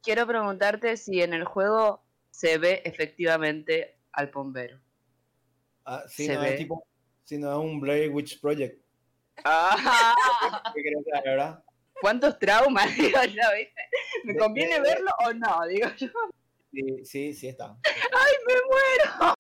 quiero preguntarte si en el juego se ve efectivamente al bombero. Si ¿Se no es ve? tipo, si no es un Blair Witch Project. ¡Ah! ¿Qué querés saber, verdad? ¿Cuántos traumas, digo yo, viste? ¿Me conviene verlo o no? Digo yo. Sí está. ¡Ay, me muero!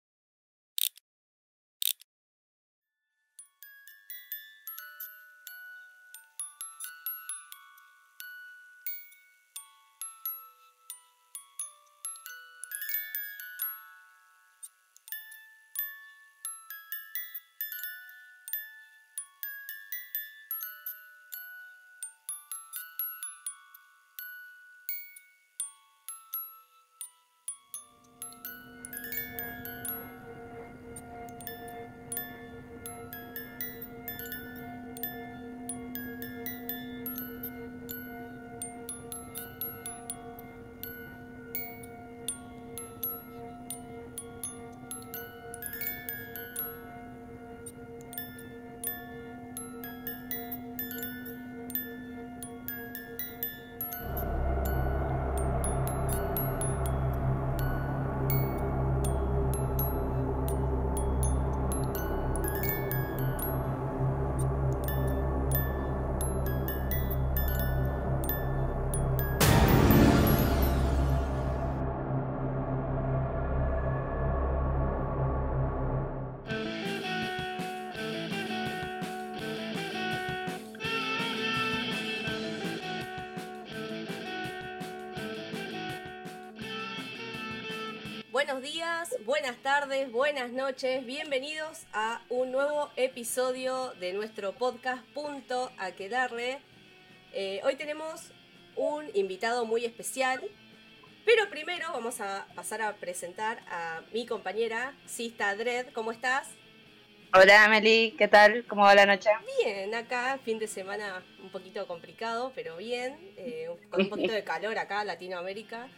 Buenos días, buenas tardes, buenas noches, bienvenidos a un nuevo episodio de nuestro podcast Punto a Quedarle. Hoy tenemos un invitado muy especial, pero primero vamos a pasar a presentar a mi compañera Sista Dredd. ¿Cómo estás? Hola, Meli, ¿qué tal? ¿Cómo va la noche? Bien, acá, fin de semana un poquito complicado, pero bien, con un poquito de calor acá, Latinoamérica.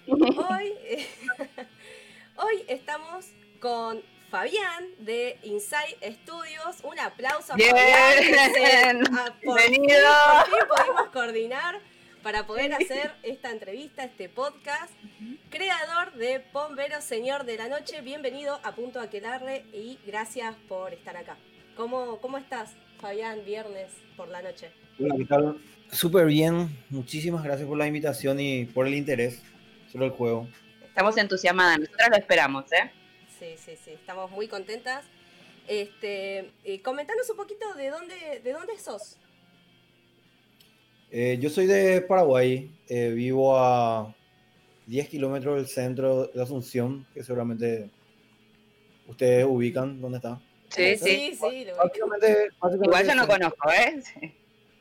Hoy estamos con Fabián de Inside Studios. Un aplauso a Bien. Fabián. Por fin Bienvenido. pudimos coordinar para poder hacer esta entrevista, este podcast. Creador de Bombero Señor de la Noche. Bienvenido a Punto a Quedarle y gracias por estar acá. ¿Cómo estás, Fabián, viernes por la noche? Hola, ¿qué tal? Súper bien. Muchísimas gracias por la invitación y por el interés sobre el juego. Estamos entusiasmadas, nosotras lo esperamos, ¿eh? Sí, estamos muy contentas. Comentanos un poquito de dónde sos. Yo soy de Paraguay, vivo a 10 kilómetros del centro de Asunción, que seguramente ustedes ubican dónde está. Sí. Sí, lo ubico. Básicamente Igual yo no conozco, ¿eh? Sí.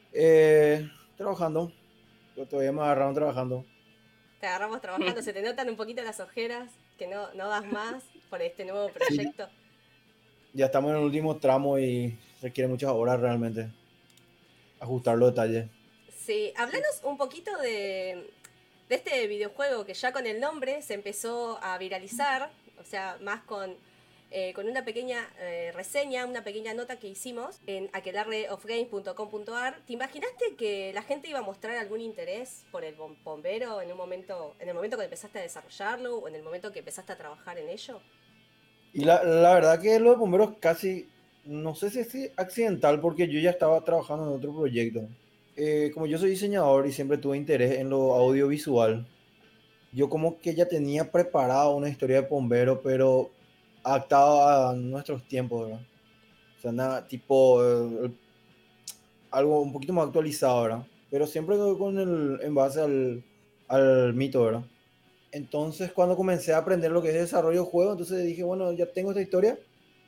Trabajando. Todavía me agarraron trabajando. Te agarramos trabajando, se te notan un poquito las ojeras, que no das más por este nuevo proyecto. Ya estamos en el último tramo y requiere muchas horas realmente ajustar los detalles. Sí, hablanos un poquito de este videojuego que ya con el nombre se empezó a viralizar, o sea, más con una pequeña reseña, una pequeña nota que hicimos en aquelarreofgames.com.ar. ¿Te imaginaste que la gente iba a mostrar algún interés por el bombero en el momento que empezaste a desarrollarlo o en el momento que empezaste a trabajar en ello? Y la verdad que lo de bomberos casi, no sé si es accidental porque yo ya estaba trabajando en otro proyecto. Como yo soy diseñador y siempre tuve interés en lo audiovisual, yo como que ya tenía preparado una historia de bombero, pero adaptado a nuestros tiempos, ¿verdad? O sea, nada, tipo algo un poquito más actualizado, ¿verdad? Pero siempre en base al mito, ¿verdad? Entonces, cuando comencé a aprender lo que es desarrollo de juego, entonces dije, bueno, ya tengo esta historia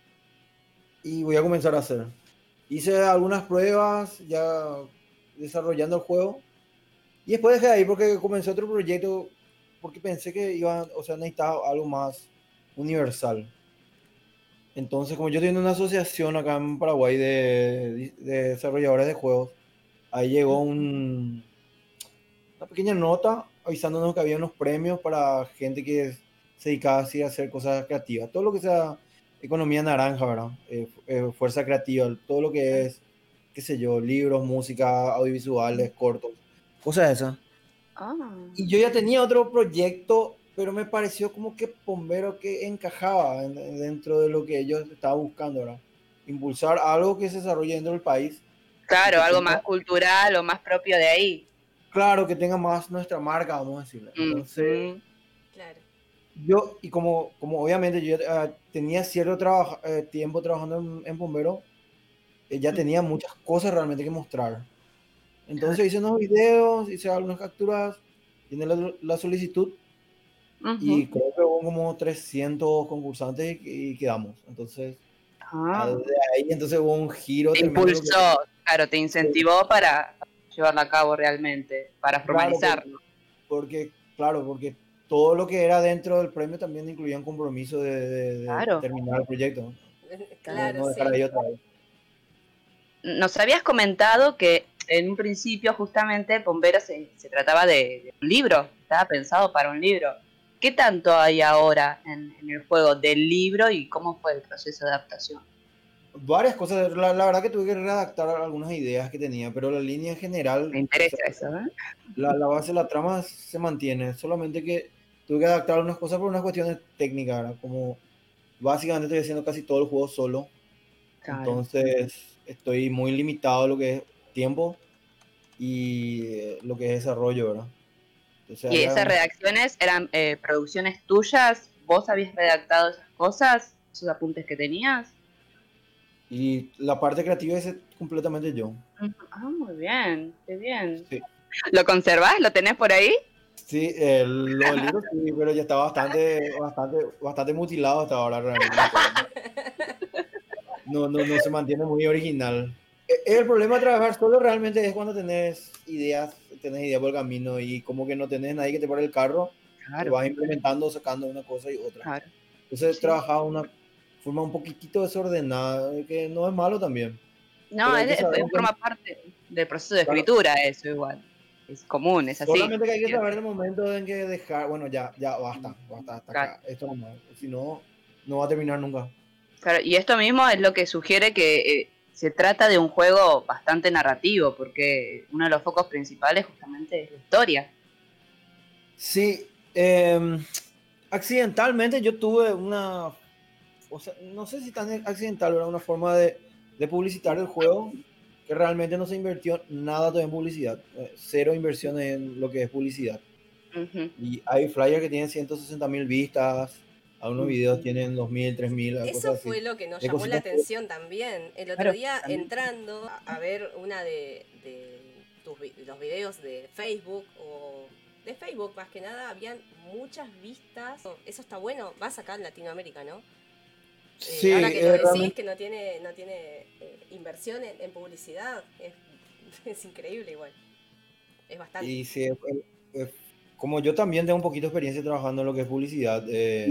y voy a comenzar a hacer. Hice algunas pruebas ya desarrollando el juego y después dejé ahí porque comencé otro proyecto porque pensé que necesitaba algo más universal. Entonces, como yo tengo una asociación acá en Paraguay de desarrolladores de juegos, ahí llegó una pequeña nota avisándonos que había unos premios para gente que se dedicaba así a hacer cosas creativas. Todo lo que sea economía naranja, ¿verdad? Fuerza creativa, todo lo que es, qué sé yo, libros, música, audiovisuales, cortos, cosas esas. Y yo ya tenía otro proyecto, pero me pareció como que Bombero que encajaba dentro de lo que ellos estaban buscando, ¿verdad? Impulsar algo que se desarrolle dentro del país y Claro, que algo tenga, más cultural o más propio de ahí. claro, que tenga más nuestra marca, vamos a decirle. Entonces, Ujú. Claro. yo, y como obviamente yo tenía cierto tiempo trabajando en Bombero, ya tenía muchas cosas realmente que mostrar. Entonces Claro. hice unos videos, hice algunas capturas, llené la solicitud y Ujú. creo que hubo como 300 concursantes y quedamos. Entonces, Ah. de ahí entonces hubo un giro Te tremendo. Lo que, impulsó, claro, te sí, incentivó para llevarla a cabo realmente, para claro, formalizarlo. porque todo lo que era dentro del premio también incluía un compromiso de Claro, terminar el proyecto, no, Claro, no dejar sí. ahí otra vez. nos habías comentado que en un principio justamente Bombero se trataba de un libro, estaba pensado para un libro. ¿Qué tanto hay ahora en el juego del libro y cómo fue el proceso de adaptación? Varias cosas, la verdad que tuve que redactar algunas ideas que tenía, pero la línea en general, Me o sea, interesa eso, ¿eh? la base de la trama se mantiene, solamente que tuve que adaptar algunas cosas por unas cuestiones técnicas, ¿verdad? Como básicamente estoy haciendo casi todo el juego solo, Claro. entonces estoy muy limitado a lo que es tiempo y lo que es desarrollo, ¿verdad? Entonces ¿Y hay esas algunas... redacciones eran producciones tuyas? ¿Vos habías redactado esas cosas, esos apuntes que tenías? Y la parte creativa es completamente yo. Ujú. Ah, muy bien, qué bien. Sí, ¿Lo conservás? ¿Lo tenés por ahí? sí, los libros sí, pero ya está bastante mutilado hasta ahora realmente. No se mantiene muy original. El problema de trabajar solo realmente es cuando tenés ideas por el camino y como que no tenés nadie que te pare el carro, Claro, vas implementando, sacando una cosa y otra. claro. Entonces Sí. trabajaba de una forma un poquitito desordenada, que no es malo también, No, pero hay que saber, forma parte del proceso de claro, escritura, eso igual. Es común, es así. solamente que hay que saber el momento en que dejar, bueno, ya basta hasta Claro, acá, esto no, si no, no va a terminar nunca. claro. Y esto mismo es lo que sugiere que se trata de un juego bastante narrativo, porque uno de los focos principales justamente es la historia. Sí, accidentalmente yo tuve una, o sea, no sé si tan accidental, era una forma de publicitar el juego que realmente no se invirtió nada todavía en publicidad, cero inversión en lo que es publicidad. Ujú. Y hay flyers que tienen 160.000 vistas, algunos videos tienen 2.000, 3.000, Eso cosas así. fue lo que nos De llamó la cositas atención también. El otro Claro, día también. entrando a ver una de los videos de Facebook o de Facebook más que nada, habían muchas vistas. Eso está bueno, vas acá en Latinoamérica, ¿no? sí, Ahora que lo decís, realmente. que no tiene inversión en publicidad, es increíble igual. Es bastante. Y sí, eh, como yo también tengo un poquito de experiencia trabajando en lo que es publicidad,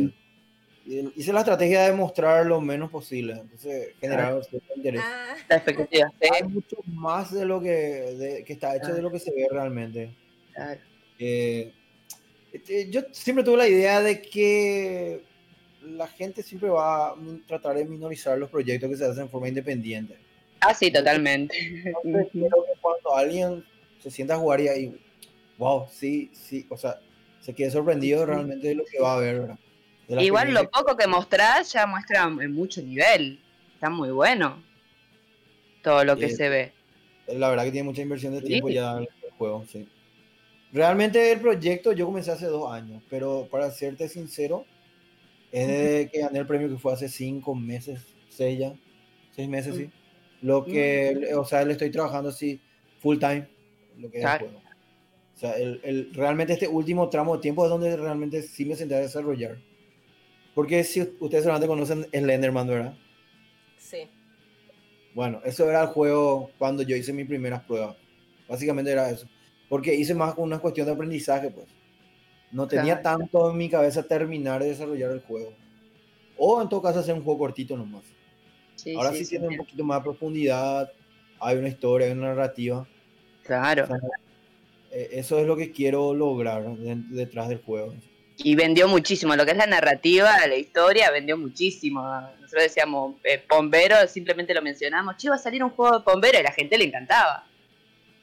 hice la estrategia de mostrar lo menos posible, entonces Claro. generar cierto interés. Ah, La expectativa, sí. Hay mucho más de lo que está hecho de Claro, lo que se ve realmente. claro. Eh, yo siempre tuve la idea de que la gente siempre va a tratar de minorizar los proyectos que se hacen en forma independiente. Ah, sí, Entonces, totalmente. entonces Ujú. quiero que cuando alguien se sienta a jugar y ahí, wow, sí, sí, o sea, se quede sorprendido Ujú. realmente de lo que va a ver, ¿verdad? De la Igual experiencia. lo poco que mostrás ya muestra en mucho nivel. Está muy bueno todo lo que eh, se ve. la verdad que tiene mucha inversión de Sí. tiempo ya en el juego, sí. Realmente el proyecto yo comencé hace 2 años, pero para serte sincero, es Ujú. desde que gané el premio que fue hace 5 meses, 6 meses, sí. Lo Mm. que, o sea, le estoy trabajando así full time, lo que es el Claro. juego. O sea, realmente este último tramo de tiempo es donde realmente sí me senté a desarrollar. Porque si ustedes solamente conocen el Enderman, ¿verdad? sí. Bueno, eso era el juego cuando yo hice mis primeras pruebas. Básicamente era eso. Porque hice más con una cuestión de aprendizaje, pues. No tenía Claro. tanto en mi cabeza terminar de desarrollar el juego. O en todo caso hacer un juego cortito nomás. Sí, Ahora sí, sí se tiene un entiende. poquito más de profundidad. Hay una historia, hay una narrativa. O Claro. sea, eso es lo que quiero lograr detrás del juego. Y vendió muchísimo. Lo que es la narrativa, la historia, vendió muchísimo. Nosotros decíamos, Pombero, simplemente lo mencionamos. Che, va a salir un juego de Pombero y a la gente le encantaba.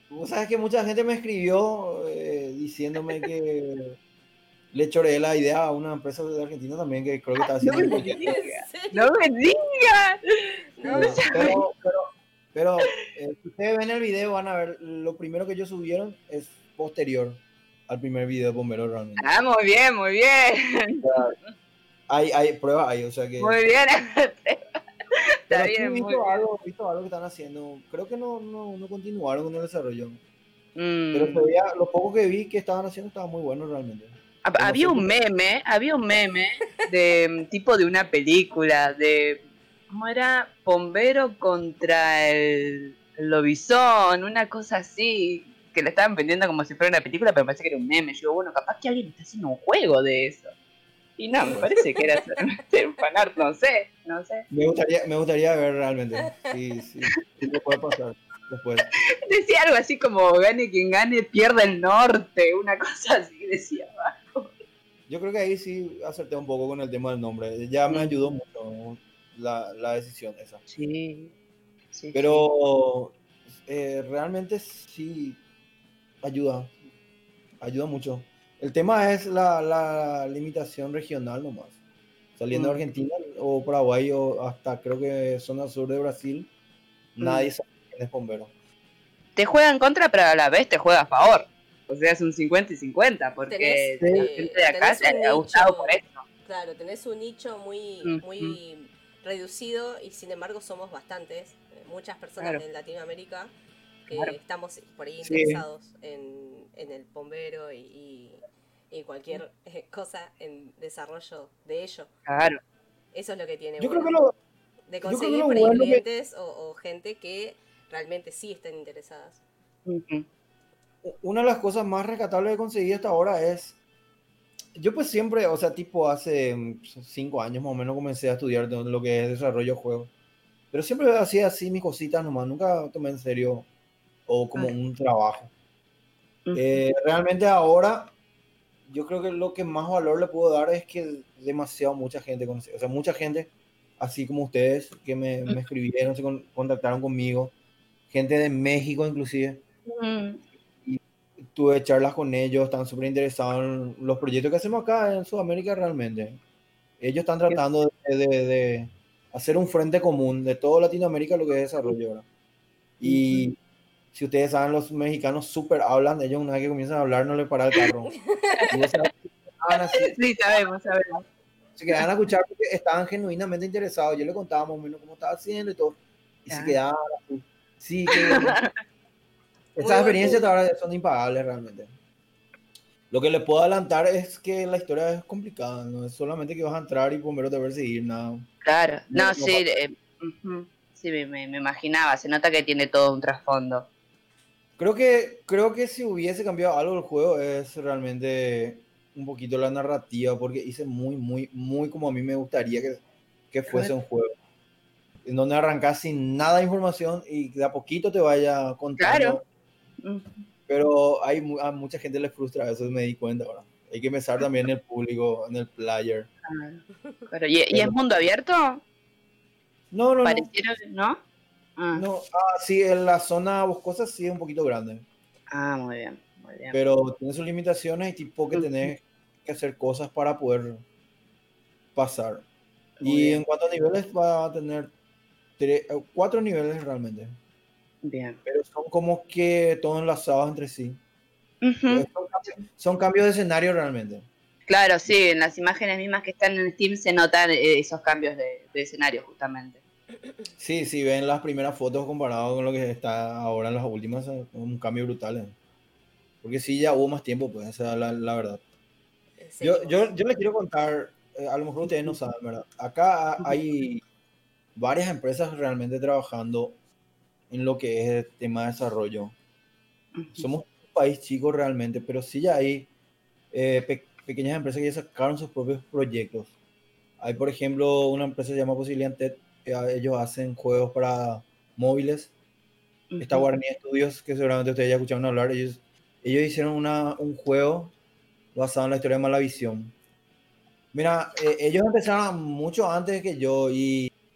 Vos sabes que mucha gente me escribió diciéndome que le choreé la idea a una empresa de Argentina también que creo que está No haciendo me un proyecto. ¿En digas, serio? no me digas. No, Sí, pero si ustedes ven el video van a ver, lo primero que ellos subieron es posterior al primer video de Bombero realmente. Ah, muy bien, muy bien. Hay pruebas ahí, o sea que... Muy bien. Está Pero sí bien, muy visto algo que están haciendo. Creo que no continuaron con el desarrollo. Pero bien. lo poco que vi que estaban haciendo estaba muy bueno realmente. No Había sé un meme de tipo de una película de ¿cómo era? Bombero contra el lobizón, una cosa así, que la estaban vendiendo como si fuera una película, pero me parece que era un meme. Yo digo, bueno, capaz que alguien está haciendo un juego de eso. Y no, me pues, parece que era ser un fanart, no sé. me gustaría ver realmente. Sí, me puede pasar después. Decía algo así como gane quien gane, pierda el norte, una cosa así, decía. Yo creo que ahí sí acerté un poco con el tema del nombre. Ya me ayudó mucho la decisión esa. Sí, sí, sí. Pero realmente sí ayuda mucho. El tema es la limitación regional nomás. Saliendo de Mm. Argentina o Paraguay o hasta creo que zona sur de Brasil, nadie sabe quién es Bombero. Te juega en contra, pero a la vez te juega a favor. O sea, es un 50 y 50, tenés, porque la gente de acá tenés se un ha gustado por nicho, eso. claro, tenés un nicho Mm, muy reducido y sin embargo somos bastantes, muchas personas claro, en Latinoamérica que claro, estamos por ahí Sí, interesados en el bombero y cualquier cosa en desarrollo de ello. claro. Eso es lo que tiene yo creo bueno. que lo, De yo creo que conseguir lo por ahí bueno que clientes o gente que realmente sí estén interesadas. Ujú. una de las cosas más rescatables que conseguí hasta ahora es, yo pues siempre, o sea, tipo hace 5 años más o menos comencé a estudiar de lo que es desarrollo de juegos, pero siempre hacía así mis cositas nomás, nunca tomé en serio o como Claro. un trabajo. Ujú. Realmente ahora yo creo que lo que más valor le puedo dar es que demasiado mucha gente conoce, o sea, mucha gente, así como ustedes, que me escribieron, contactaron conmigo, gente de México inclusive, Mm. y tuve charlas con ellos, están súper interesados en los proyectos que hacemos acá en Sudamérica realmente. Ellos están tratando de hacer un frente común de toda Latinoamérica lo que es desarrollo, ¿verdad? Ujú. Y si ustedes saben, los mexicanos súper hablan, ellos una vez que comienzan a hablar no les para el carro. Y vos sabés que estaban así, Sí, sabemos, sabemos. se quedaban a escuchar porque estaban genuinamente interesados. Yo le contaba más o menos cómo estaba haciendo y todo. Y se Claro. quedaban así. Sí, qué bueno. Muy Esas bueno. experiencias ahora son impagables realmente. Lo que le puedo adelantar es que la historia es complicada, no es solamente que vas a entrar y primero te perseguir, nada. Claro. No, No, no sí, pasa. ujú. Sí, me imaginaba. Se nota que tiene todo un trasfondo. Creo que si hubiese cambiado algo el juego es realmente un poquito la narrativa, porque hice muy, muy, muy como a mí me gustaría que fuese Claro. un juego. En donde arrancas sin nada de información y de a poquito te vaya Claro. contando. Ujú. Pero a mucha gente le frustra eso, me di cuenta ahora. Hay que pensar también en el público, en el player. Claro. Claro. ¿Y es Pero mundo abierto? no. Pareciera, ¿no? Ah, No, sí, en la zona boscosa sí es un poquito grande, muy bien, muy bien. pero tiene sus limitaciones y tipo que Ujú. tenés que hacer cosas para poder pasar. Muy Y en bien, cuanto a niveles va a tener 4 niveles realmente, bien. pero son como que todos enlazados entre sí. Ujú. Son cambios de escenario realmente. Claro, sí, en las imágenes mismas que están en Steam se notan esos cambios de escenario, justamente. Sí, sí, ven las primeras fotos comparado con lo que está ahora en las últimas, es un cambio brutal. Porque sí, ya hubo más tiempo, pues, esa es la verdad. Seguimos. Yo les quiero contar, a lo mejor ustedes no Ujú, saben, ¿verdad? Acá ujú, hay varias empresas realmente trabajando en lo que es el tema de desarrollo. ujú, Somos un país chico realmente, pero sí ya hay pequeñas empresas que ya sacaron sus propios proyectos. Hay, por ejemplo, una empresa que se llama Posibilidad Tech, ellos hacen juegos para móviles. Está ujú. Guarani Studios, que seguramente ustedes ya escucharon hablar. Ellos hicieron un juego basado en la historia de Malavisión. Mira, ellos empezaron mucho antes que yo y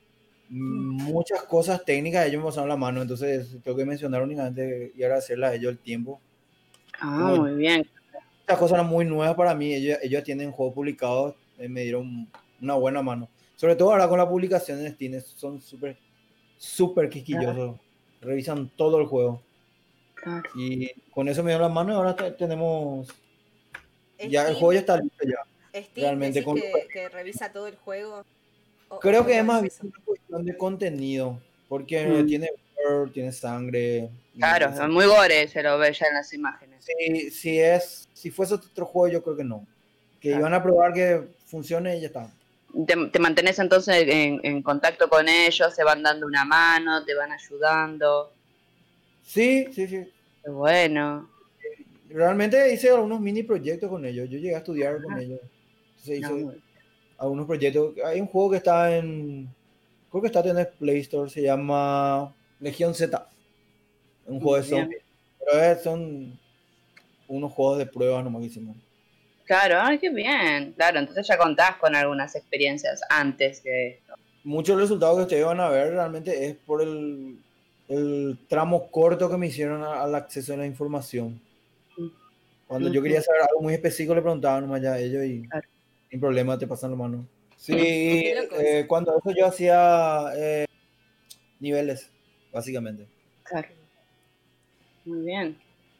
muchas cosas técnicas ellos me pasaron la mano, entonces tengo que mencionar únicamente y agradecerles a ellos el tiempo. Ah, muy bien. Estas cosas eran muy nuevas para mí, ellos ya tienen juegos publicados, me dieron una buena mano. Sobre todo ahora con la publicación en Steam, son súper quisquillosos, revisan todo el juego. Claro. Y con eso me dieron la mano y ahora tenemos... Ya el Steam, juego ya está listo ya. Steam Realmente decís que revisa todo el juego. Creo que es ¿Cómo más es bien eso? una cuestión de contenido, porque tiene gore, tiene sangre. Claro, es muy gore, se lo ve ya en las imágenes. Si fuese otro juego, yo creo que no. Que Claro. iban a probar que funcione y ya está. Te mantenés entonces en contacto con ellos, se van dando una mano, te van ayudando. Sí. Qué bueno. Realmente hice algunos mini proyectos con ellos. Yo llegué a estudiar con ellos. Entonces hice algunos proyectos. Hay un juego que está creo que está en el Play Store, se llama Legión Z. Un juego de zombies. Pero son unos juegos de pruebas nomás que hicimos. Claro, ay, qué bien. Claro, entonces ya contás con algunas experiencias antes que esto. Muchos resultados que ustedes van a ver realmente es por el tramo corto que me hicieron al acceso a la información. Cuando yo quería saber algo muy específico le preguntaba nomás ya a ellos y sin problema te pasan la mano. Sí, cuando eso yo hacía niveles, básicamente. Claro. Muy bien.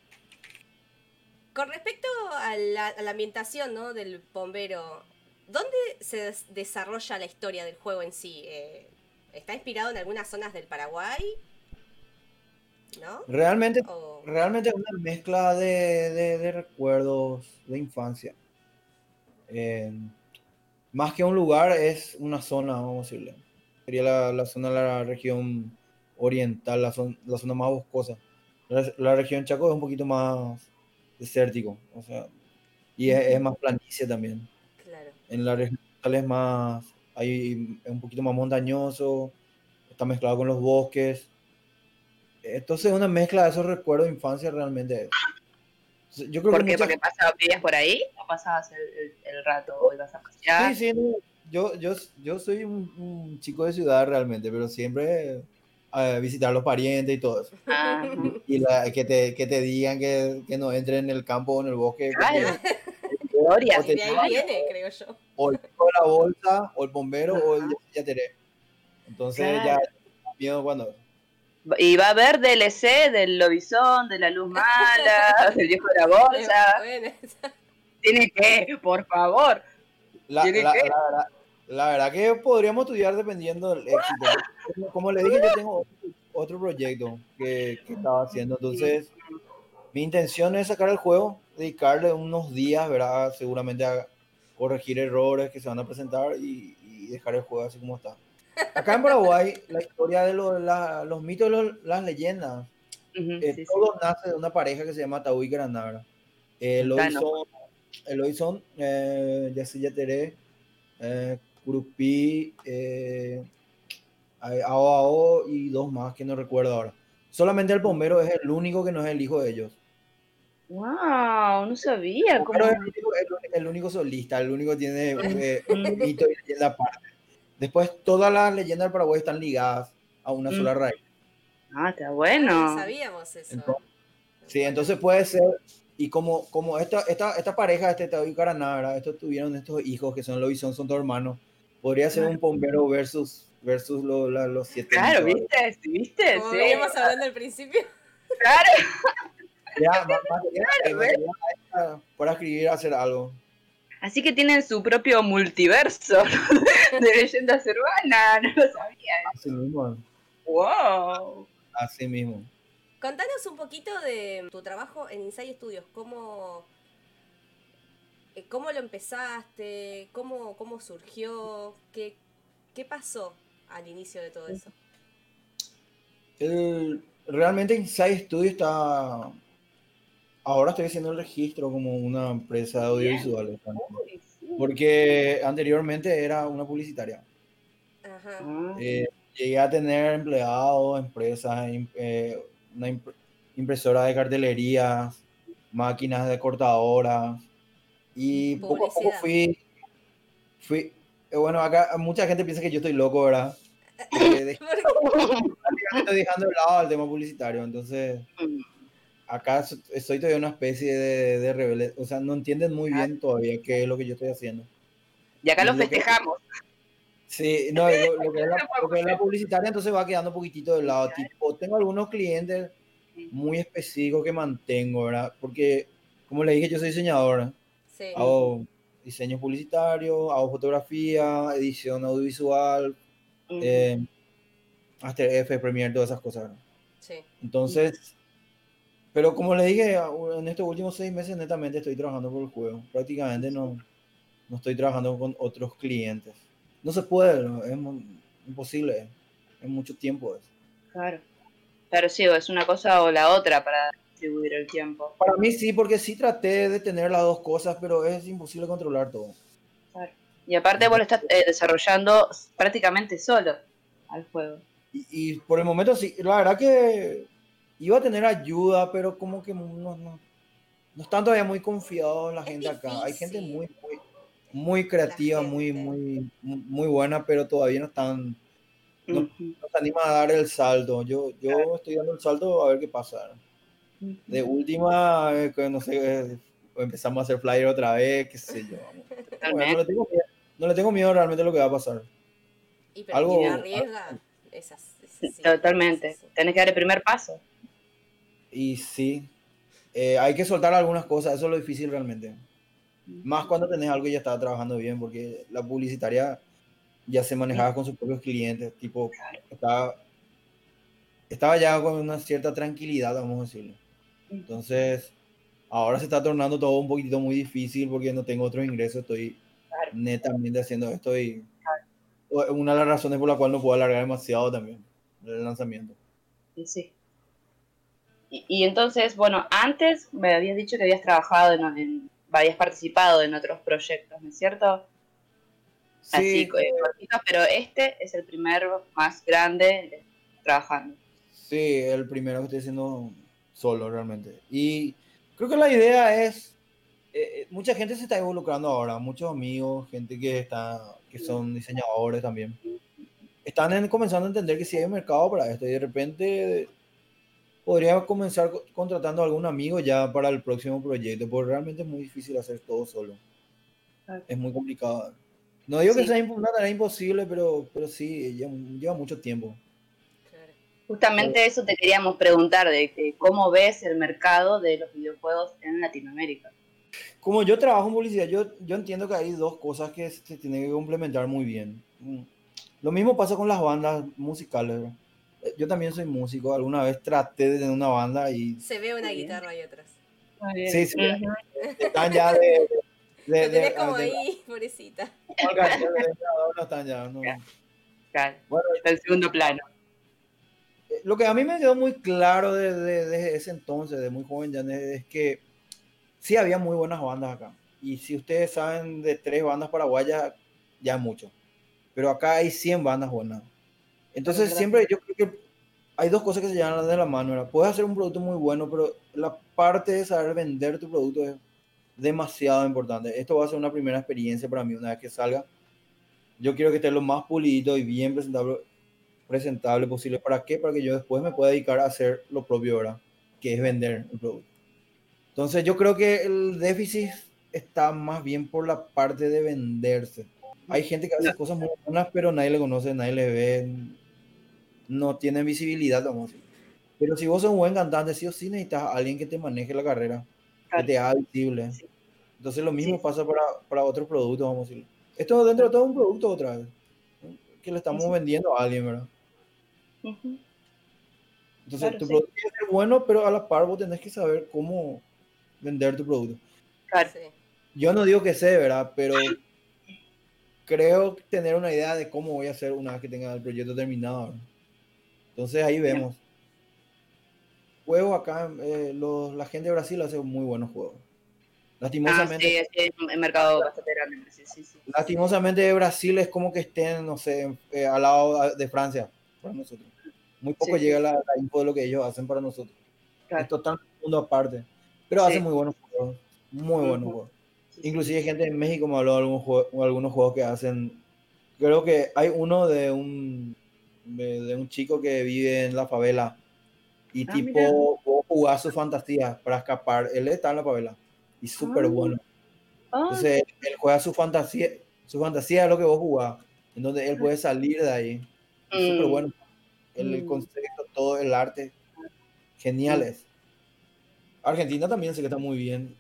Con respecto a la ambientación, ¿no?, del bombero, ¿dónde se desarrolla la historia del juego en sí? ¿Está inspirado en algunas zonas del Paraguay? ¿No? Realmente es una mezcla de recuerdos de infancia. Más que un lugar, es una zona, vamos a decirle. Sería la zona de la región oriental, la zona más boscosa. La región Chaco es un poquito más desértico, o sea, y es más planicie también. Claro. En la región oriental es un poquito más montañoso, está mezclado con los bosques. Entonces una mezcla de esos recuerdos de infancia realmente. Yo creo ¿Por que qué? ¿Porque vivías por ahí o pasabas el rato o ibas a pasear? Sí, no, yo soy un chico de ciudad realmente, pero siempre visitar a los parientes y todo eso. Y que te digan que no entres en el campo o en el bosque. Claro. Gloria. De ahí viene, creo yo. O el chico de la bolsa, o el bombero, o el yateré. Entonces ya miedo cuando... Y va a haber DLC del lobizón, de la luz mala, del viejo de la bolsa. Tiene que, por favor. La verdad que podríamos estudiar dependiendo del éxito. Como le dije, yo tengo otro proyecto que estaba haciendo. Entonces, mi intención es sacar el juego, dedicarle unos días, ¿verdad? Seguramente a corregir errores que se van a presentar y dejar el juego así como está. Acá en Paraguay, la historia de los mitos, las leyendas, todo nace de una pareja que se llama Taú y Granara. Eloison, Yací Yateré, Curupí, Ao y dos más que no recuerdo ahora. Solamente el bombero es el único que no es el hijo de ellos. ¡Wow! No sabía. Pero es el único solista, el único que tiene mito y leyenda aparte. Después todas las leyendas del Paraguay están ligadas a una sola raíz. Ah, está bueno. No sabíamos eso. Entonces puede ser, y como esta pareja, Tao y Caraná, estos tuvieron estos hijos que son Lobizón, son dos hermanos, podría ser un bombero versus los 7. Claro, ¿viste? Como veníamos hablando al principio. Claro. Ya, para escribir, hacer algo. Así que tienen su propio multiverso de leyendas urbanas, no lo sabía. Así mismo. ¡Wow! Así mismo. Contanos un poquito de tu trabajo en Inside Studios, cómo lo empezaste, cómo surgió, qué pasó al inicio de todo eso. Realmente Inside Studios está... Ahora estoy haciendo el registro como una empresa de audiovisuales. Porque anteriormente era una publicitaria. Ajá. Llegué a tener empleados, empresas, una impresora de cartelerías, máquinas de cortadoras. Y poco a poco fui... Bueno, acá mucha gente piensa que yo estoy loco, ¿verdad? porque estoy dejando de lado el tema publicitario, entonces acá estoy todavía una especie de rebelde, o sea, no entienden muy bien todavía qué es lo que yo estoy haciendo. Y acá Y lo lo que- festejamos. Sí, no, lo que es la publicitaria entonces va quedando un poquitito de lado, tipo, tengo algunos clientes muy específicos que mantengo, ¿verdad? Porque, como le dije, yo soy diseñador, ¿eh? Sí. Hago diseño publicitario, hago fotografía, edición audiovisual, After Effects, Premiere, todas esas cosas, ¿verdad? Sí. Entonces, pero como le dije, en estos últimos 6 meses netamente estoy trabajando por el juego. Prácticamente no estoy trabajando con otros clientes. No se puede, ¿no? Es imposible. Es mucho tiempo eso. Claro. Claro, sí, o es una cosa o la otra para distribuir el tiempo. Para mí sí, porque sí traté de tener las dos cosas, pero es imposible controlar todo. Claro. Y aparte vos lo estás desarrollando prácticamente solo al juego. Y por el momento sí, la verdad que iba a tener ayuda, pero como que no están todavía muy confiados la gente acá. Hay gente muy creativa, muy buena, pero todavía no se anima a dar el salto. Yo estoy dando el salto a ver qué pasa. De última, no sé, empezamos a hacer flyer otra vez, qué sé yo. Bueno, no le tengo miedo realmente a lo que va a pasar. Y pero quien arriesga, sí, totalmente. Tenés que dar el primer paso. Y sí, hay que soltar algunas cosas, eso es lo difícil realmente. Más cuando tenés algo y ya estaba trabajando bien, porque la publicitaria ya se manejaba con sus propios clientes, tipo, estaba ya con una cierta tranquilidad, vamos a decirlo. Entonces, ahora se está tornando todo un poquitito muy difícil porque no tengo otros ingresos, estoy netamente haciendo esto y una de las razones por la cual no puedo alargar demasiado también el lanzamiento. Sí. Y entonces, bueno, antes me habías dicho que habías trabajado habías participado en otros proyectos, ¿no es cierto? Sí, así, pero este es el primero más grande trabajando. Sí, el primero que estoy haciendo solo realmente. Y creo que la idea es, mucha gente se está involucrando ahora, muchos amigos, gente que son diseñadores también. Están comenzando a entender que sí hay un mercado para esto y de repente podría comenzar contratando a algún amigo ya para el próximo proyecto, porque realmente es muy difícil hacer todo solo. Es muy complicado. No digo que sea una tarea imposible, pero sí, lleva mucho tiempo. Justamente eso te queríamos preguntar, de cómo ves el mercado de los videojuegos en Latinoamérica. Como yo trabajo en publicidad, yo entiendo que hay dos cosas que se tienen que complementar muy bien. Lo mismo pasa con las bandas musicales, ¿verdad? Yo también soy músico, alguna vez traté de tener una banda y... Se ve una guitarra y otras. Sí, están ya Lo tenés como ahí, pobrecita. No están ya, no. Claro, bueno, está en segundo plano. Lo que a mí me quedó muy claro desde ese entonces, de muy joven ya, es que sí había muy buenas bandas acá. Y si ustedes saben de 3 bandas paraguayas, ya es mucho. Pero acá hay 100 bandas buenas. Entonces siempre yo creo que hay dos cosas que se llevan de la mano, ¿verdad? Puedes hacer un producto muy bueno, pero la parte de saber vender tu producto es demasiado importante. Esto va a ser una primera experiencia para mí una vez que salga. Yo quiero que esté lo más pulido y bien presentable posible. ¿Para qué? Para que yo después me pueda dedicar a hacer lo propio, ¿verdad? Que es vender el producto. Entonces yo creo que el déficit está más bien por la parte de venderse. Hay gente que hace cosas muy buenas, pero nadie le conoce, nadie le ve, no tiene visibilidad, vamos a decir. Pero si vos sos un buen cantante, sí o sí necesitas a alguien que te maneje la carrera, que te haga visible. Sí. Entonces lo mismo pasa para otros productos, vamos a decir. Esto dentro de todo un producto otra vez, ¿no? Que le estamos vendiendo a alguien, ¿verdad? Entonces tu producto tiene que ser bueno, pero a la par vos tenés que saber cómo vender tu producto. Claro. Yo no digo que sé, ¿verdad? Pero creo tener una idea de cómo voy a hacer una vez que tenga el proyecto terminado, ¿verdad? Entonces ahí vemos. Juegos acá, la gente de Brasil hace muy buenos juegos. Lastimosamente. Sí, es un mercado bastante grande. Sí. Lastimosamente Brasil es como que estén, no sé, al lado de Francia para nosotros. Muy poco llega la info de lo que ellos hacen para nosotros. Claro. Es totalmente un mundo aparte. Pero hacen muy buenos juegos. Muy buenos juegos. Inclusive gente en México me habló de algunos juegos que hacen. Creo que hay uno de un de un chico que vive en la favela y Mira. tipo vos jugás su fantasía para escapar. Él está en la favela y súper Ah, bueno. ah, Entonces él juega su fantasía es lo que vos jugás, en donde él puede salir de ahí. Y súper mm, bueno. El mm, concepto, todo el arte, mm. genial es. Argentina también sé que está muy bien.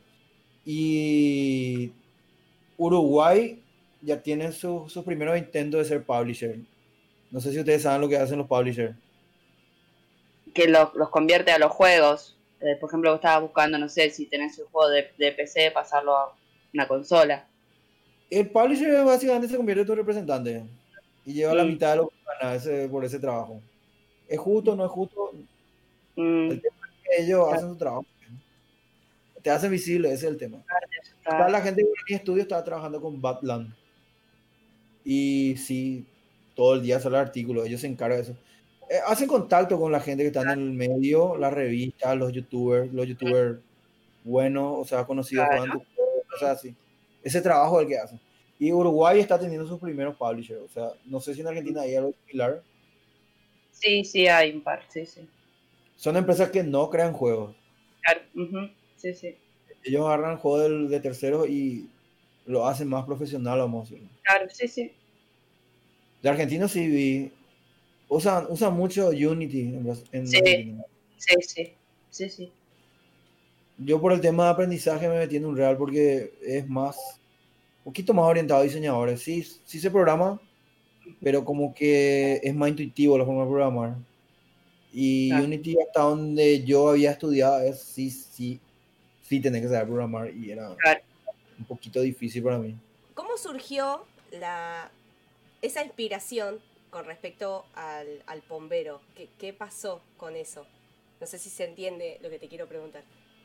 Y Uruguay ya tiene sus primeros intentos de ser publisher. No sé si ustedes saben lo que hacen los publishers. Que los convierte a los juegos. Por ejemplo, vos estabas buscando, no sé, si tenés un juego de PC, pasarlo a una consola. El publisher básicamente se convierte en tu representante y lleva la Mm, mitad de lo que gana por ese trabajo. ¿Es justo o no es justo? El mm, tema es que ellos claro, hacen su trabajo. Te hacen visible, ese es el tema. eso Acá está. la gente de mi estudio estaba trabajando con Batland. Y sí, todo el día sale artículos, ellos se encargan de eso. Hacen contacto con la gente que está en el medio, las revistas, los youtubers buenos, o sea, conocidos, juegan Claro. tu juego, cosas así. Ese trabajo es el que hacen. Y Uruguay está teniendo sus primeros publishers, o sea, no sé si en Argentina hay algo similar. Sí, sí, hay un par, sí, sí. Son empresas que no crean juegos. Claro, ujú, sí, sí. Ellos agarran juegos de terceros y lo hacen más profesional, vamos a decirlo. Claro, sí, sí. De Argentina sí vi, usan mucho Unity en Sí, Argentina. sí, sí. Sí, sí. Yo por el tema de aprendizaje me metí en un real porque es un poquito más orientado a diseñadores. Sí, sí se programa, pero como que es más intuitivo la forma de programar. Y Claro. Unity hasta donde yo había estudiado es sí, sí, sí tenés que saber programar y era Claro. un poquito difícil para mí. ¿Cómo surgió esa inspiración con respecto al bombero? ¿Qué pasó con eso? No sé si se entiende lo que te quiero preguntar.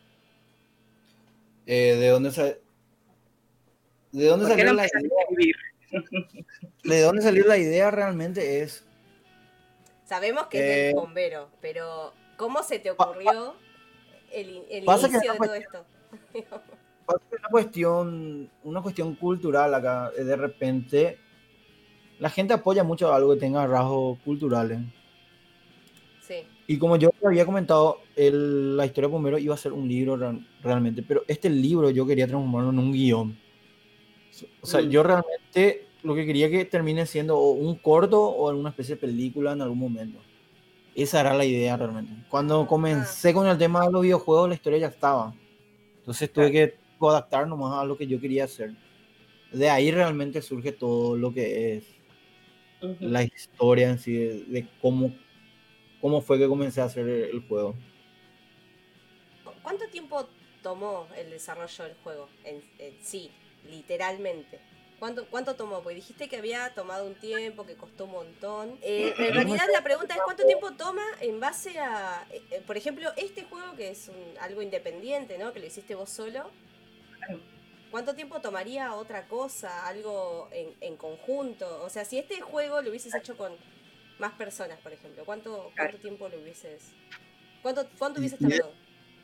Eh, ¿de dónde, sa- ¿De dónde ¿Por qué salió no la empezás a idea? escribir? ¿De dónde salió la idea realmente es? Sabemos que es del eh, bombero, pero ¿cómo se te pa- pa- ocurrió el pasa que es inicio de todo esto? una cuestión cultural acá. De repente la gente apoya mucho algo que tenga rasgos culturales. Sí. Y como yo había comentado, la historia de Bombero iba a ser un libro realmente, pero este libro yo quería transformarlo en un guión. O sea, Mm, yo realmente lo que quería que termine siendo o un corto o una especie de película en algún momento. Esa era la idea realmente. Cuando Ah, comencé con el tema de los videojuegos, la historia ya estaba. Entonces tuve claro. que adaptar nomás a lo que yo quería hacer. De ahí realmente surge todo lo que es Ujú. la historia en sí, de cómo fue que comencé a hacer el juego. ¿cuánto tiempo tomó el desarrollo del juego en sí, literalmente? ¿Cuánto tomó? Porque dijiste que había tomado un tiempo, que costó un montón. En Yo realidad comencé la pregunta es cuánto tiempo toma en base a, por ejemplo, este juego que es algo independiente, ¿no? Que lo hiciste vos solo. ¿Cuánto tiempo tomaría otra cosa, algo en conjunto? O sea, si este juego lo hubieses hecho con más personas, por ejemplo, ¿cuánto tiempo lo hubieses... ¿Cuánto hubieses y tardado?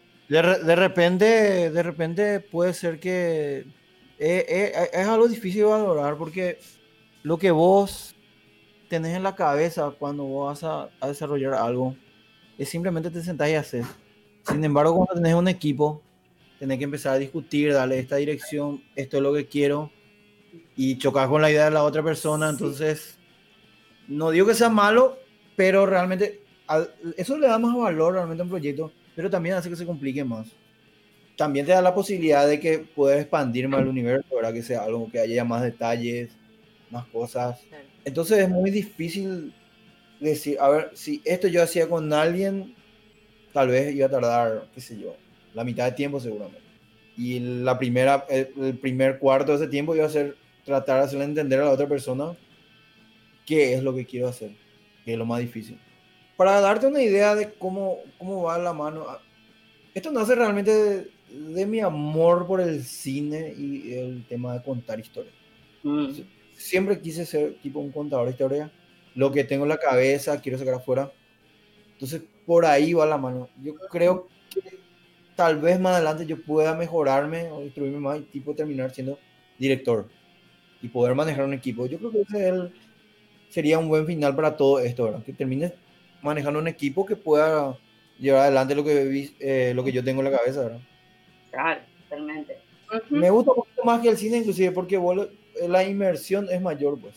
de repente puede ser que es algo difícil de valorar porque lo que vos tenés en la cabeza cuando vos vas a desarrollar algo es simplemente te sentás y haces. Sin embargo, cuando tenés un equipo, tenés que empezar a discutir, darle esta dirección, esto es lo que quiero, y chocar con la idea de la otra persona. Sí. Entonces, no digo que sea malo, pero realmente eso le da más valor realmente a un proyecto, pero también hace que se complique más. También te da la posibilidad de que puedas expandir más el universo, ¿verdad? Que sea algo que haya más detalles, más cosas. Claro. Entonces es muy difícil decir, a ver, si esto yo hacía con alguien, tal vez iba a tardar, qué sé yo, la mitad de tiempo seguramente. Y el primer cuarto de ese tiempo iba a ser tratar de hacerle entender a la otra persona qué es lo que quiero hacer, que es lo más difícil. Para darte una idea de cómo va la mano, esto nace realmente de mi amor por el cine y el tema de contar historias. Mm, Siempre quise ser tipo un contador de historia. Lo que tengo en la cabeza, quiero sacar afuera. Entonces, por ahí va la mano. Yo creo que tal vez más adelante yo pueda mejorarme o instruirme más y tipo terminar siendo director y poder manejar un equipo. Yo creo que ese es sería un buen final para todo esto, ¿verdad? Que termines manejando un equipo que pueda llevar adelante lo que yo tengo en la cabeza, ¿verdad? Claro, totalmente. Ujú. Me gusta un poquito más que el cine, inclusive, porque la inmersión es mayor, pues,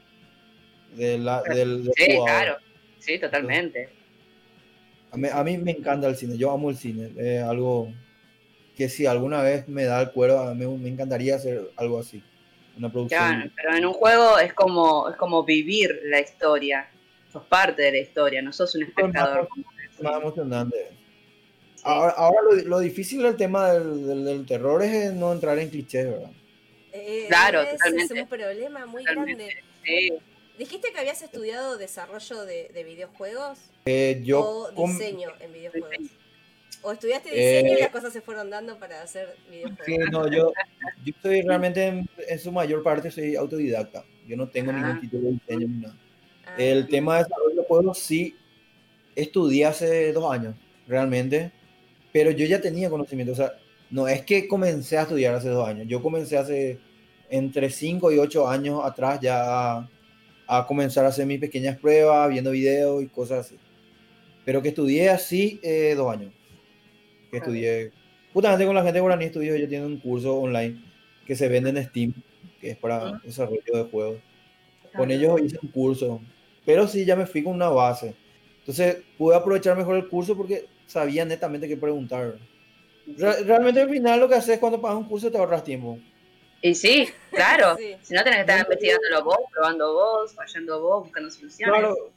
del Sí, jugador. claro. Sí, Entonces, totalmente. a mí me encanta el cine, yo amo el cine, es algo que si alguna vez me da el cuero, a mí me encantaría hacer algo así, una Claro, producción. pero en un juego es como vivir la historia. Sos parte de la historia, no sos un Súper más, espectador como en el más cine. emocionante. Sí. Ahora lo difícil del tema del terror es no entrar en clichés, ¿verdad? Claro, Ese es un totalmente. problema muy Totalmente. grande. Sí. ¿Dijiste que habías estudiado desarrollo de videojuegos Yo, o diseño en videojuegos? Sí. ¿O estudiaste diseño y eh, las cosas se fueron dando para hacer sí, videojuegos? no, yo soy realmente en su mayor parte soy autodidacta. Yo no tengo ningún Ah, título de diseño ni nada. El Ah, tema de desarrollo de juegos sí estudié hace 2 años, realmente, pero yo ya tenía conocimiento. O sea, no es que comencé a estudiar hace 2 años. Yo comencé hace entre 5 y 8 años atrás ya a comenzar a hacer mis pequeñas pruebas, viendo videos y cosas así. Pero que estudié así 2 años. Que está bien. estudié justamente con la gente de Guaraní Estudios. Ellos tienen un curso online que se vende en Steam, que es para Mm, desarrollo de juegos. está Con bien. ellos hice un curso, pero sí ya me fui con una base. Entonces pude aprovechar mejor el curso porque sabía netamente qué preguntar. Sí. Realmente al final lo que haces cuando pagas un curso te ahorras tiempo. Y sí, claro. sí. Si no tenés que No, estar investigándolo vos, probando vos, fallando vos, buscando soluciones. claro,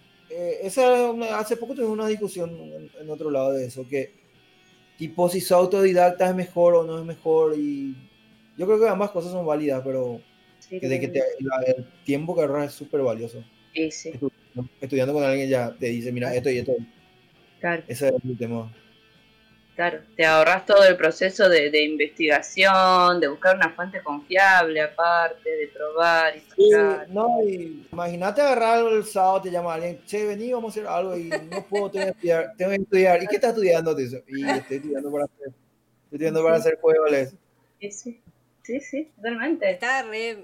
hace poco tuve una discusión en otro lado de eso, que tipo si sos autodidacta es mejor o no es mejor, y yo creo que ambas cosas son válidas, pero Sí, que de que totalmente. el tiempo que ahorras es súper valioso. Y sí, Estudiando con alguien ya te dice, mira, claro, esto y esto, claro. ese es el tema. Claro, te ahorras todo el proceso de investigación, de buscar una fuente confiable aparte, de probar y Sí, fallar. no, y imagínate agarrar el sábado, te llama alguien, che, vení, vamos a hacer algo y no puedo, tengo que estudiar. ¿Y qué estás estudiando? Te dice, y estoy estudiando para Sí, hacer juegos. Les. sí, sí, sí, sí, totalmente. Está re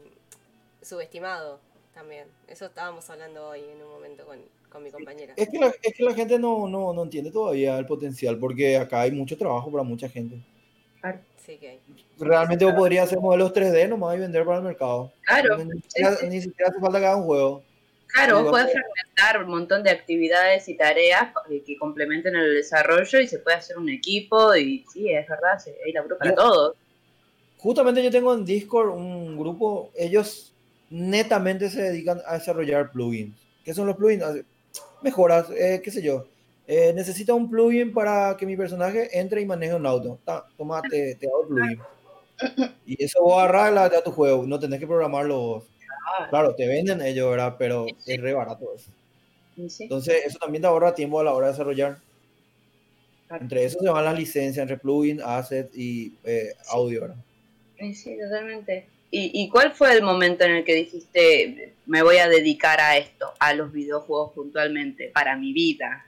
subestimado también. Eso estábamos hablando hoy en un momento con mi Sí, compañera. Es que la gente no entiende todavía el potencial, porque acá hay mucho trabajo para mucha gente. claro, Sí que hay. Realmente vos podrías hacer modelos 3D nomás y vender para el mercado. claro, sí, sí. Ni siquiera hace falta que hagas un juego. Claro, vos Igual, podés fragmentar un montón de actividades y tareas que complementen el desarrollo y se puede hacer un equipo y sí, es verdad, hay laburo para yo, todos. justamente yo tengo en Discord un grupo, ellos netamente se dedican a desarrollar plugins. ¿Qué son los plugins? Mejoras, qué sé yo. Necesito un plugin para que mi personaje entre y maneje un auto. Toma, te hago el plugin. Y eso vos agarrás a tu juego, no tenés que programarlo vos. Ah, Claro, te venden ellos, ¿verdad? sí, Pero sí, es re barato eso. sí, Entonces, eso también te ahorra tiempo a la hora de desarrollar. claro, Entre eso se van las licencias, entre plugin, assets y sí. audio, ¿verdad? Sí, totalmente. ¿Y cuál fue el momento en el que dijiste, me voy a dedicar a esto, a los videojuegos puntualmente, para mi vida?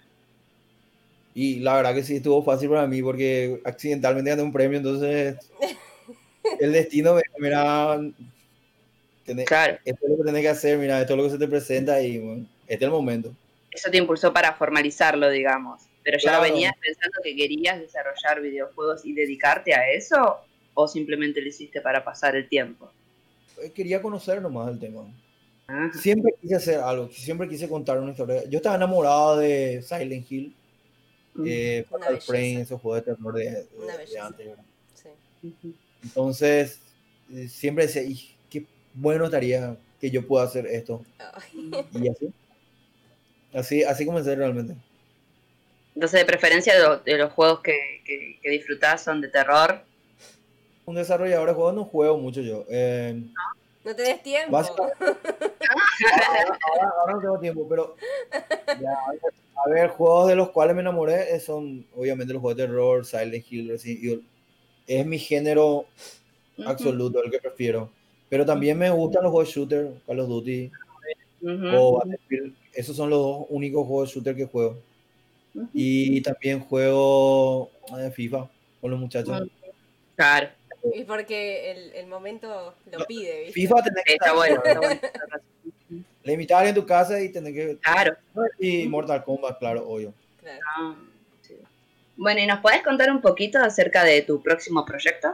Y la verdad que sí estuvo fácil para mí porque accidentalmente gané un premio, entonces el destino mira, Claro, esto es lo que tenés que hacer, mira, esto es lo que se te presenta y bueno, este es el momento. eso te impulsó para formalizarlo, digamos. ¿Pero ya venías Claro, pensando que querías desarrollar videojuegos y dedicarte a eso? ¿O simplemente lo hiciste para pasar el tiempo? quería conocer nomás el tema. Ajá. Siempre quise hacer algo, siempre quise contar una historia. Yo estaba enamorado de Silent Hill, Mm, Una Fatal Frame, belleza. esos juegos de terror Una de belleza. antes, ¿verdad? Sí. ujú. Entonces, siempre decía, "Ij, qué bueno estaría que yo pueda hacer esto". Ay. Y así comencé realmente. Entonces, de preferencia de los juegos que disfrutás son de terror. Un desarrollador de juegos no juego mucho yo. No tenés tiempo. Básicamente, ahora no tengo tiempo, pero ya, a ver, juegos de los cuales me enamoré son obviamente los juegos de terror, Silent Hill, Resident Evil. Es mi género Ujú, absoluto, el que prefiero. Pero también me gustan los juegos shooter, Call of Duty ujú, o Battlefield. Esos son los dos únicos juegos shooter que juego. ujú, Y también juego FIFA con los muchachos. ujú. Claro. Y porque el momento No, lo pide, ¿viste? FIFA tenés que Está saber bueno, jugar, está ¿verdad? bueno. limitar en tu casa y tener que... Claro. Y Mortal Kombat, claro, obvio. Claro. Ah, sí. Bueno, ¿y nos podés contar un poquito acerca de tu próximo proyecto?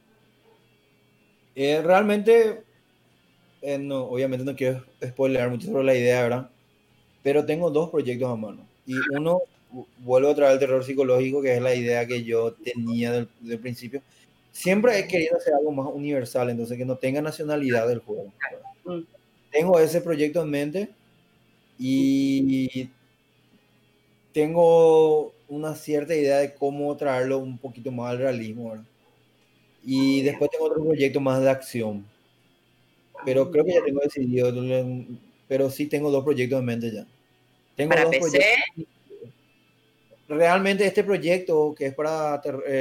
Realmente, no, obviamente no quiero spoilear mucho sobre la idea, ¿verdad? Pero tengo dos proyectos a mano. Y uno, vuelvo a traer el terror psicológico, que es la idea que yo tenía del principio. Siempre he querido hacer algo más universal, entonces que no tenga nacionalidad del juego. Mm. Tengo ese proyecto en mente y tengo una cierta idea de cómo traerlo un poquito más al realismo, ¿verdad? Y después tengo otro proyecto más de acción. Pero creo que ya tengo decidido, pero sí tengo dos proyectos en mente ya. Tengo ¿Para dos PC? proyectos. Realmente este proyecto que es para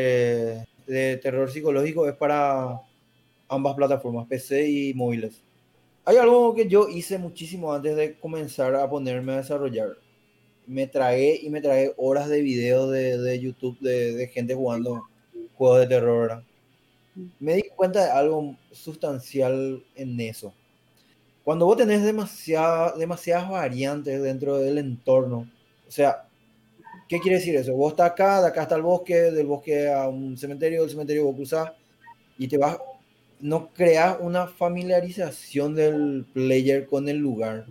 de terror psicológico es para ambas plataformas, PC y móviles. Hay algo que yo hice muchísimo antes de comenzar a ponerme a desarrollar. Me tragué horas de videos de YouTube de gente jugando juegos de terror, ¿verdad? Me di cuenta de algo sustancial en eso. Cuando vos tenés demasiadas variantes dentro del entorno, o sea, ¿qué quiere decir eso? Vos estás acá, de acá está el bosque, del bosque a un cementerio, del cementerio vos cruzás y te vas, no creas una familiarización del player con el lugar.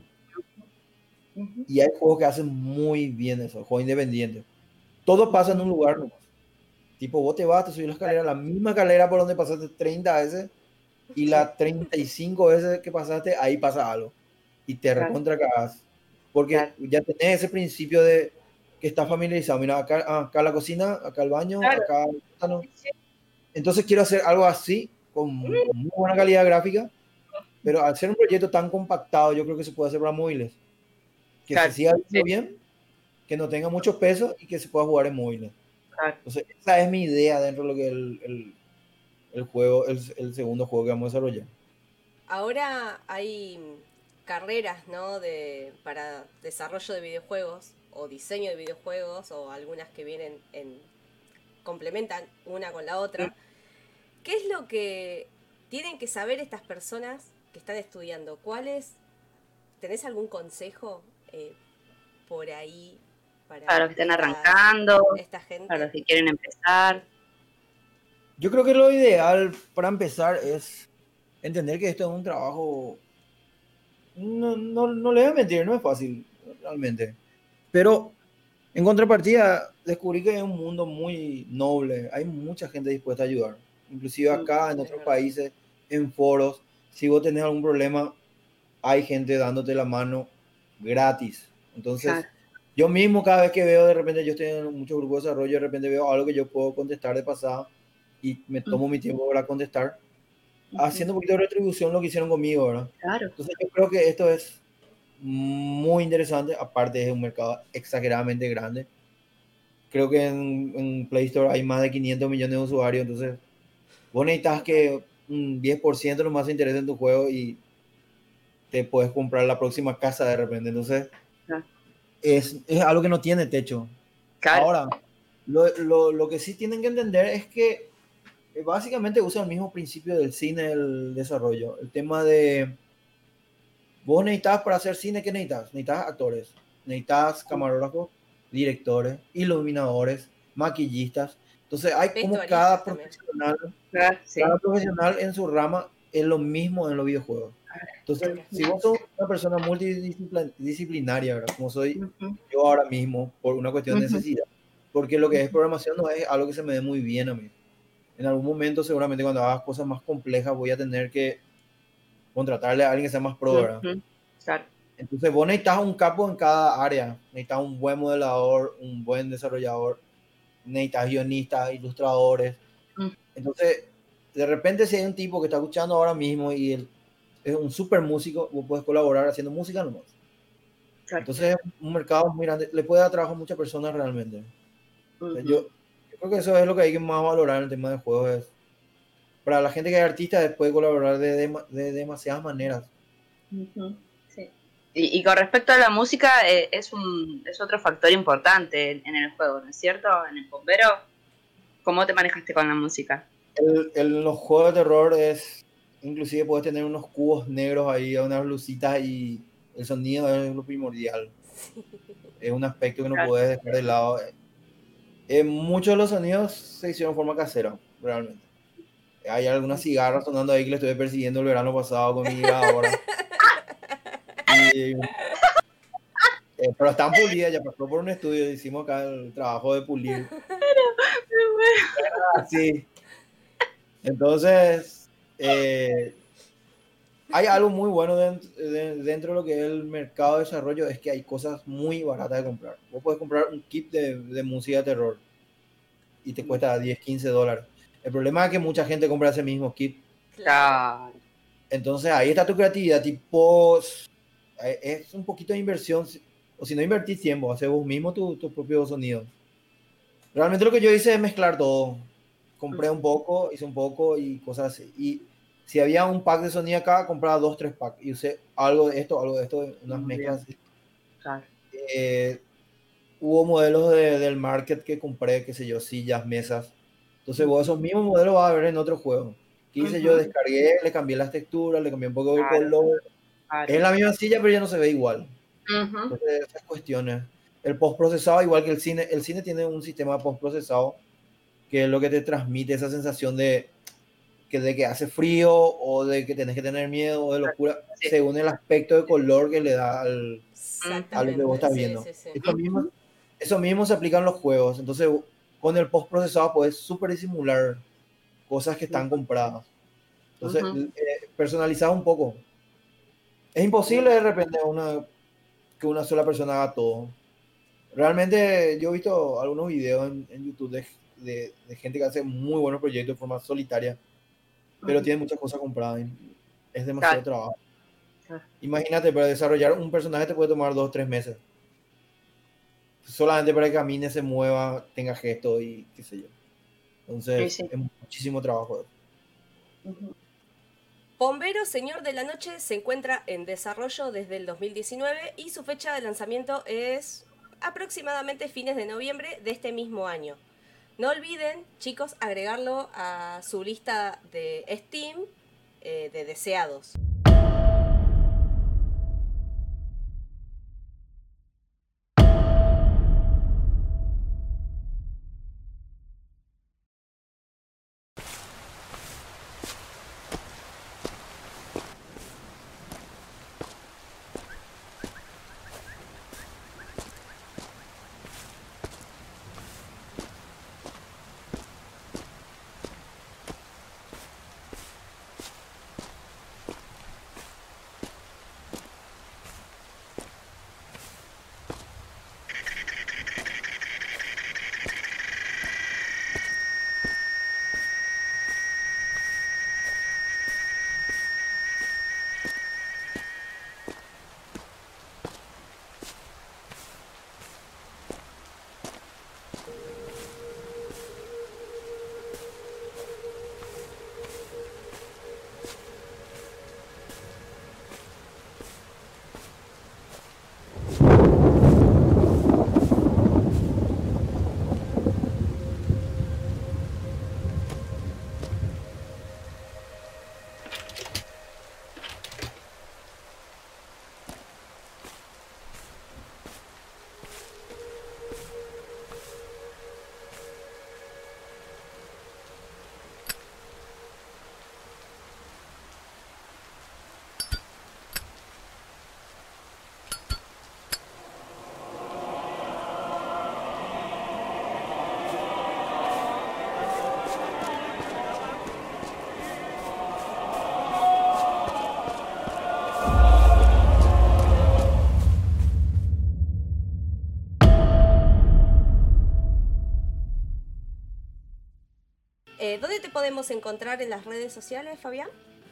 Ujú. Y hay juegos que hacen muy bien eso, juegos independientes. Todo pasa en un lugar nomás. Tipo, vos te vas, te subís la misma escalera por donde pasaste 30 veces y las 35 veces que pasaste, ahí pasa algo. Y te Claro, recontra cagás. Porque claro. ya tenés ese principio de que estás familiarizado. Mira, acá la cocina, acá el baño, Claro, acá el sótano. sí, sí. Entonces quiero hacer algo así, con muy buena calidad gráfica, pero al ser un proyecto tan compactado, yo creo que se puede hacer para móviles. Que se Claro, siga sí, viendo bien, que no tenga mucho peso y que se pueda jugar en móviles. claro. Entonces, esa es mi idea dentro de lo que es el juego, el segundo juego que vamos a desarrollar. Ahora hay carreras, ¿no? Para desarrollo de videojuegos o diseño de videojuegos o algunas que vienen complementan una con la Mm. otra. ¿Qué es lo que tienen que saber estas personas que están estudiando? ¿Tenés algún consejo por ahí Para para los que están arrancando, esta para gente? los que quieren empezar. Yo creo que lo ideal para empezar es entender que esto es un trabajo, no le voy a mentir, no es fácil realmente, pero en contrapartida descubrí que es un mundo muy noble, hay mucha gente dispuesta a ayudar, inclusive Mm. acá en Es otros verdad. países, en foros, si vos tenés algún problema, hay gente dándote la mano gratis. Entonces, Claro. yo mismo cada vez que veo, de repente yo estoy en muchos grupos de desarrollo, de repente veo algo que yo puedo contestar de pasada y me Mm. tomo mi tiempo para contestar, Ujú. haciendo un poquito de retribución lo que hicieron conmigo, ¿verdad? Claro. Entonces yo creo que esto es muy interesante, aparte es un mercado exageradamente grande. Creo que en Play Store hay más de 500 millones de usuarios, entonces vos necesitas que un 10% nomás se interese en tu juego y te puedes comprar la próxima casa de repente. Entonces Claro. es algo que no tiene techo. Claro. Ahora, lo que sí tienen que entender es que básicamente usa el mismo principio del cine del desarrollo. El tema de vos necesitas para hacer cine, ¿qué necesitas? Necesitas actores, necesitas camarógrafos, directores, iluminadores, maquillistas. Entonces hay como Vestuaristas también. Claro, sí. cada profesional en su rama es lo mismo en los videojuegos. Entonces, Mira. si vos sos una persona multidisciplinaria, ¿verdad? Como soy Ujú. yo ahora mismo, por una cuestión de Ujú. necesidad, porque lo que es programación no es algo que se me dé muy bien a mí. En algún momento, seguramente cuando hagas cosas más complejas, voy a tener que contratarle a alguien que sea más pro, ¿verdad? Ujú. Claro. Entonces, vos necesitas un capo en cada área. Necesitas un buen modelador, un buen desarrollador, necesitas guionistas, ilustradores. Mm. Entonces, de repente, si hay un tipo que está escuchando ahora mismo y él es un super músico, vos puedes colaborar haciendo música nomás. Claro. Entonces, es un mercado muy grande, le puede dar trabajo a muchas personas realmente. O sea, Ujú. yo creo que eso es lo que hay que más valorar en el tema de juegos. Para la gente que es artista, puede colaborar de demasiadas maneras. Ujú. Sí. Y con respecto a la música, es otro factor importante en el juego, ¿no es cierto? En el bombero, ¿cómo te manejaste con la música? Los juegos de terror es, inclusive puedes tener unos cubos negros ahí, unas lucitas y El sonido es lo primordial. Es un aspecto que no puedes dejar de lado. Muchos de los sonidos se hicieron de forma casera, realmente. Hay algunas cigarras sonando ahí que le estuve persiguiendo el verano pasado con mi grabadora. Pero están pulidas, ya pasó por un estudio, hicimos acá el trabajo de pulir. Sí. Entonces, hay algo muy bueno dentro de lo que es el mercado de desarrollo, es que hay cosas muy baratas de comprar. Vos podés comprar un kit de música de terror y te cuesta $10, $15. El problema es que mucha gente compra ese mismo kit. Claro. Entonces ahí está tu creatividad, tipo, es un poquito de inversión, o si no invertís tiempo, haces vos mismo tu propio sonido. Realmente lo que yo hice es mezclar todo. Compré un poco, hice un poco y cosas así. Y si había un pack de sonido acá, compraba 2, 3 packs y usé algo de esto, unas mezclas así. Claro. Hubo modelos del market que compré, qué sé yo, sillas, mesas. Entonces vos esos mismos modelos vas a ver en otros juegos. ¿Qué hice yo? Descargué, le cambié las texturas, le cambié un poco el color. Es la misma silla, pero ya no se ve igual. Entonces esas cuestiones. El postprocesado, igual que el cine tiene un sistema postprocesado que es lo que te transmite esa sensación de que hace frío o de que tenés que tener miedo o de locura, según el aspecto de color que le da a lo que vos estás viendo. Sí. Eso mismo se aplica en los juegos. Entonces, con el postprocesado puedes súper disimular cosas que están compradas. Entonces, personalizar un poco. Es imposible de repente que una sola persona haga todo. Realmente yo he visto algunos videos en YouTube de gente que hace muy buenos proyectos de forma solitaria, pero tiene muchas cosas compradas. Es demasiado trabajo. Imagínate, para desarrollar un personaje te puede tomar 2 o 3 meses. Solamente para que camine, se mueva, tenga gestos y qué sé yo. Entonces, es muchísimo trabajo. Bombero Señor de la Noche se encuentra en desarrollo desde el 2019 y su fecha de lanzamiento es aproximadamente fines de noviembre de este mismo año. No olviden, chicos, agregarlo a su lista de Steam de deseados. ¿Dónde te podemos encontrar en las redes sociales, Fabián?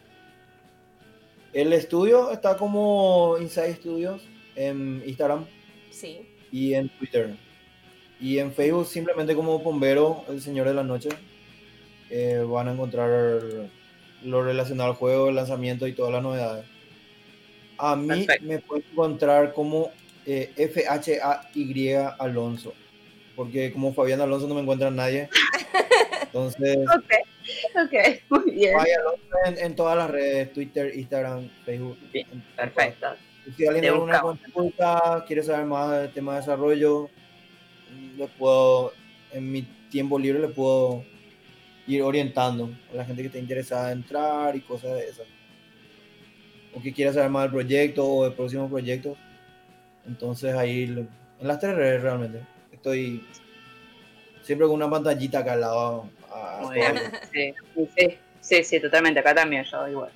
El estudio está como Inside Studios en Instagram. Sí. Y en Twitter. Y en Facebook simplemente como Bombero, el Señor de la Noche. Van a encontrar lo relacionado al juego, el lanzamiento y todas las novedades. A mí me pueden encontrar como FHAY Alonso. Porque como Fabián Alonso no me encuentra nadie. Entonces, ok, muy bien. En todas las redes, Twitter, Instagram, Facebook. Bien, perfecto. Si alguien Te tiene alguna buscamos. consulta, quiere saber más del tema de desarrollo, les puedo, en mi tiempo libre, les puedo ir orientando a la gente que esté interesada en entrar y cosas de esas. O que quiera saber más del proyecto o de próximos proyectos. Entonces ahí en las 3 redes realmente estoy siempre con una pantallita acá al lado a Muy todo bien. esto. Sí, totalmente. Acá también, yo igual.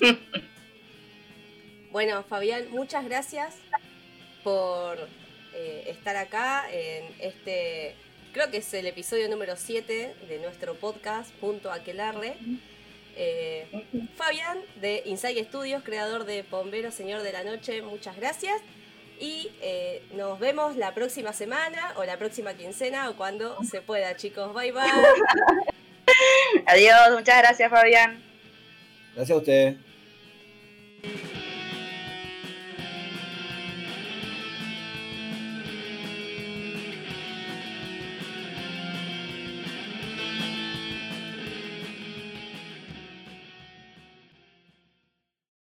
Bueno, Fabián, muchas gracias por estar acá en este, creo que es el episodio número 7 de nuestro podcast, Punto Aquelarre. Fabián, de Inside Studios, creador de Bombero Señor de la Noche, muchas gracias. Y nos vemos la próxima semana o la próxima quincena o cuando se pueda, chicos. Bye bye. Adiós, muchas gracias, Fabián. Gracias a ustedes.